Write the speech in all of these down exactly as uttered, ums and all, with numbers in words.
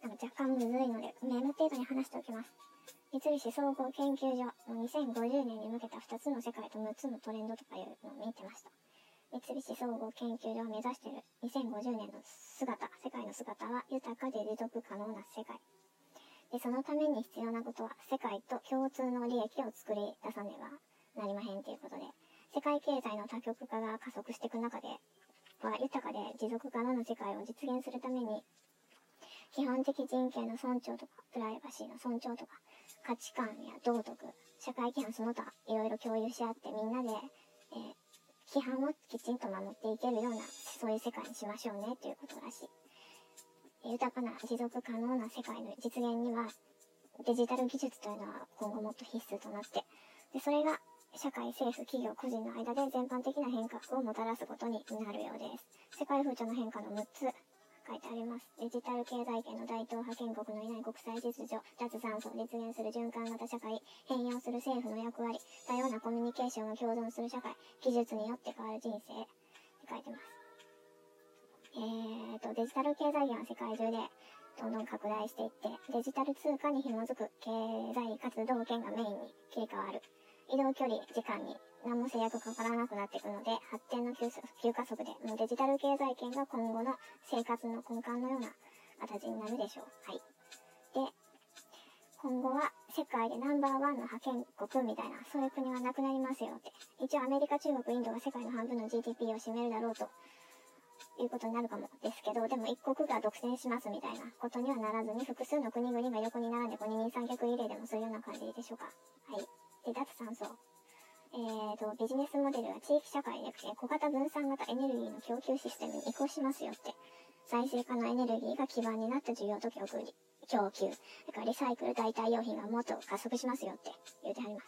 なんか若干むずいので、メモ程度に話しておきます。三菱総合研究所のにせんごじゅうねんに向けたふたつの世界とむっつのトレンドとかいうのを見てました。三菱総合研究所を目指しているにせんごじゅうねんの姿、世界の姿は豊かで持続可能な世界。で、そのために必要なことは世界と共通の利益を作り出さねばなりまへんということで、世界経済の多極化が加速していく中では豊かで持続可能な世界を実現するために、基本的人権の尊重とかプライバシーの尊重とか価値観や道徳、社会規範その他いろいろ共有し合ってみんなで、えー、規範をきちんと守っていけるようなそういう世界にしましょうねということらしい。豊かな持続可能な世界の実現にはデジタル技術というのは今後もっと必須となって、でそれが社会、政府、企業、個人の間で全般的な変革をもたらすことになるようです。世界風潮の変化のむっつ書いてあります。デジタル経済圏の大東亜建国のいない国際秩序、脱炭素を実現する循環型社会、変容する政府の役割、多様なコミュニケーションが共存する社会、技術によって変わる人生って書いてます。えーと、デジタル経済圏は世界中でどんどん拡大していって、デジタル通貨に紐づく経済活動圏がメインに切り替わる。移動距離、時間に何も制約かからなくなっていくので、発展の急加速で、もうデジタル経済圏が今後の生活の根幹のような形になるでしょう。はい。で、今後は世界でナンバーワンの覇権国みたいな、そういう国はなくなりますよって。一応アメリカ、中国、インドが世界の半分の ジーディーピー を占めるだろうということになるかもですけど、でも一国が独占しますみたいなことにはならずに、複数の国々が横に並んでごにん三脚リレーでもするような感じでしょうか。はい。で、脱炭素。えーと、ビジネスモデルは地域社会で小型分散型エネルギーの供給システムに移行しますよって。再生可能エネルギーが基盤になった需要と供給。供給。だからリサイクル代替用品がもっと加速しますよって言ってあります。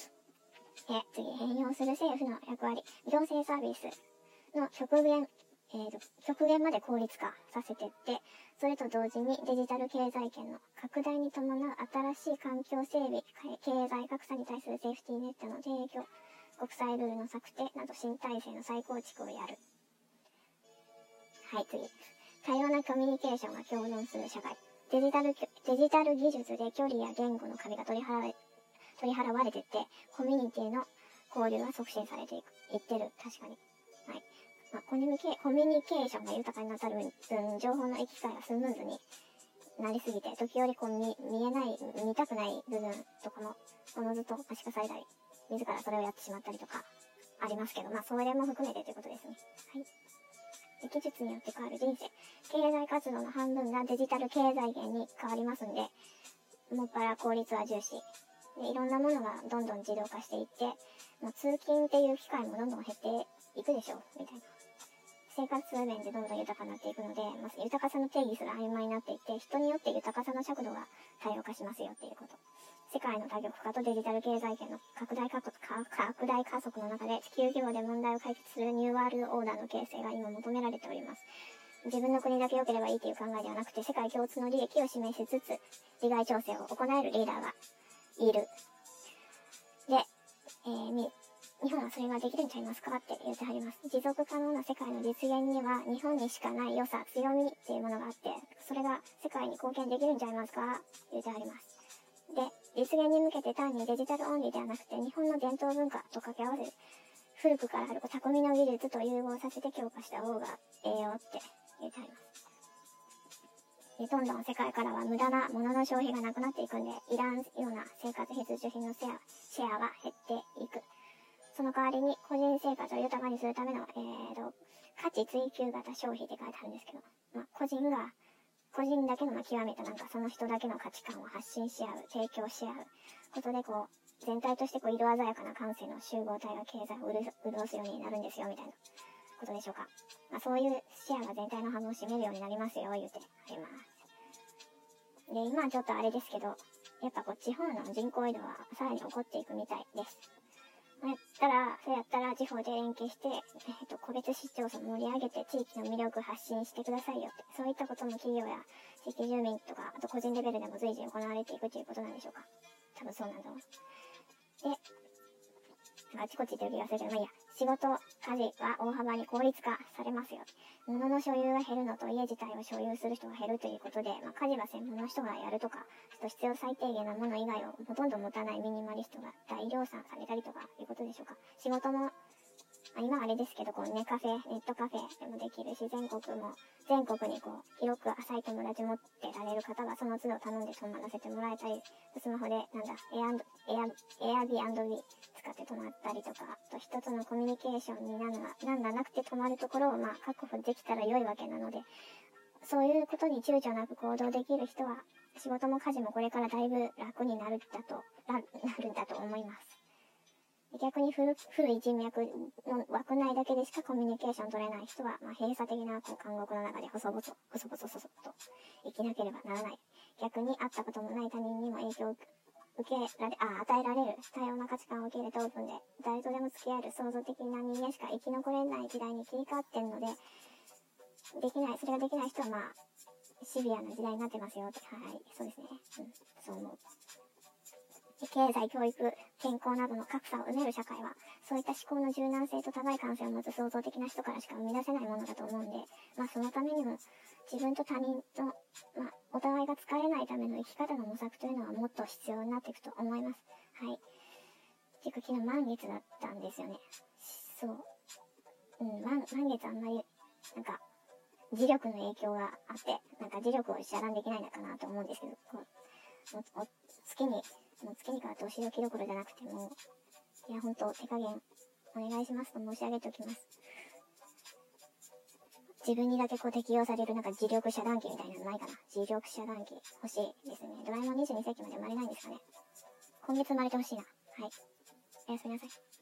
え、次、変容する政府の役割。行政サービスの極限、えーと、極限まで効率化させていって、それと同時にデジタル経済圏の拡大に伴う新しい環境整備、経済格差に対するセーフティーネットの提供、国際ルールの策定など新体制の再構築をやる。はい、次。多様なコミュニケーションが共存する社会。デジタル、デジタル技術で距離や言語の壁が取り払われ、取り払われていって、コミュニティの交流が促進されていく。いってる。確かに。はい。まあ、コミュニケ、コミュニケーションが豊かになった分、情報の行き交いがスムーズになりすぎて、時折こう見、見えない、見たくない部分とかも、おのずと可視化されたり、自らそれをやってしまったりとか、ありますけど、まあ、それも含めてということですね。はい。技術によって変わる人生。経済活動の半分がデジタル経済圏に変わりますんで、もっぱら効率は重視。で、いろんなものがどんどん自動化していって、もう通勤っていう機会もどんどん減っていくでしょう、みたいな。生活面でどんどん豊かになっていくので、まあ、豊かさの定義すら曖昧になっていって、人によって豊かさの尺度が多様化しますよっていうこと。世界の多極化とデジタル経済圏の拡大加速、拡大加速の中で地球規模で問題を解決するニューワールドオーダーの形成が今求められております。自分の国だけ良ければいいという考えではなくて、世界共通の利益を示しつつ、利害調整を行えるリーダーがいる。で、えー、日本はそれができるんちゃいますかって言ってはります。持続可能な世界の実現には日本にしかない良さ、強みっていうものがあって、それが世界に貢献できるんちゃいますか言ってはります。で、実現に向けて単にデジタルオンリーではなくて、日本の伝統文化と掛け合わせ、古くからある匠の技術と融合させて強化した方がええよって言ってはります。で、どんどん世界からは無駄な物の消費がなくなっていくんで、いらんような生活必需品のシェア、シェアが減っていく。その代わりに個人生活を豊かにするための、えーと、価値追求型消費って書いてあるんですけど、まあ、個人が、個人だけのまあ極めたなんかその人だけの価値観を発信し合う、提供し合うことでこう、全体としてこう色鮮やかな感性の集合体が経済を潤すようになるんですよ、みたいなことでしょうか。まあ、そういうシェアが全体の半分を占めるようになりますよ、言うてあります。で、今はちょっとあれですけど、やっぱこう地方の人口移動はさらに起こっていくみたいです。やったら、そうやったら地方で連携して、えっと、個別市町村盛り上げて地域の魅力発信してくださいよって、そういったことも企業や地域住民とか、あと個人レベルでも随時行われていくということなんでしょうか。多分そうなんだろう。で、あちこち言ってる気がするけど、まあいいや、 仕事、家事は大幅に効率化されますよ。物の所有が減るのと家自体を所有する人が減るということで、まあ、家事は専門の人がやるとか、ちょっと必要最低限なもの以外をほとんど持たないミニマリストが大量産されたりとかいうことでしょうか。仕事も、今はあれですけど、こうネカフェ、ネットカフェでもできるし、全国も、全国にこう、広く浅い友達持ってられる方は、その都度頼んで泊まらせてもらえたり、スマホで、なんだ、エア、エア、エアビーアンドビー使って泊まったりとか、あと一つのコミュニケーションになるのは、なんだなくて泊まるところを、まあ、確保できたら良いわけなので、そういうことに躊躇なく行動できる人は、仕事も家事もこれからだいぶ楽になるんだと、なるんだと思います。逆に古古い人脈の枠内だけでしかコミュニケーション取れない人は、まあ、閉鎖的なこう監獄の中で細々、細々、細々と生きなければならない。逆に会ったこともない他人にも影響を受けられ、あ、与えられる多様な価値観を受け入れてオープンで、誰とでも付き合える創造的な人間しか生き残れない時代に切り替わってるので、できない、それができない人はまあ、シビアな時代になってますよって、はい、そうですね。うん、そう思う。経済、教育、健康などの格差を埋める社会は、そういった思考の柔軟性と高い感性を持つ創造的な人からしか生み出せないものだと思うんで、まあそのためにも、自分と他人の、まあお互いが疲れないための生き方の模索というのはもっと必要になっていくと思います。はい。てか昨日満月だったんですよね。そう。うん、満、満月あんまり、なんか、磁力の影響があって、なんか磁力を遮断できないのかなと思うんですけど、こう、おお月に、もう月に変わってお仕置きどころじゃなくても、いや、ほんと、手加減、お願いしますと申し上げておきます。自分にだけこう適用されるなんか磁力遮断機みたいなのないかな。磁力遮断機欲しいですね。ドラえもんにじゅうに世紀まで生まれないんですかね。今月生まれてほしいな。はい。おやすみなさい。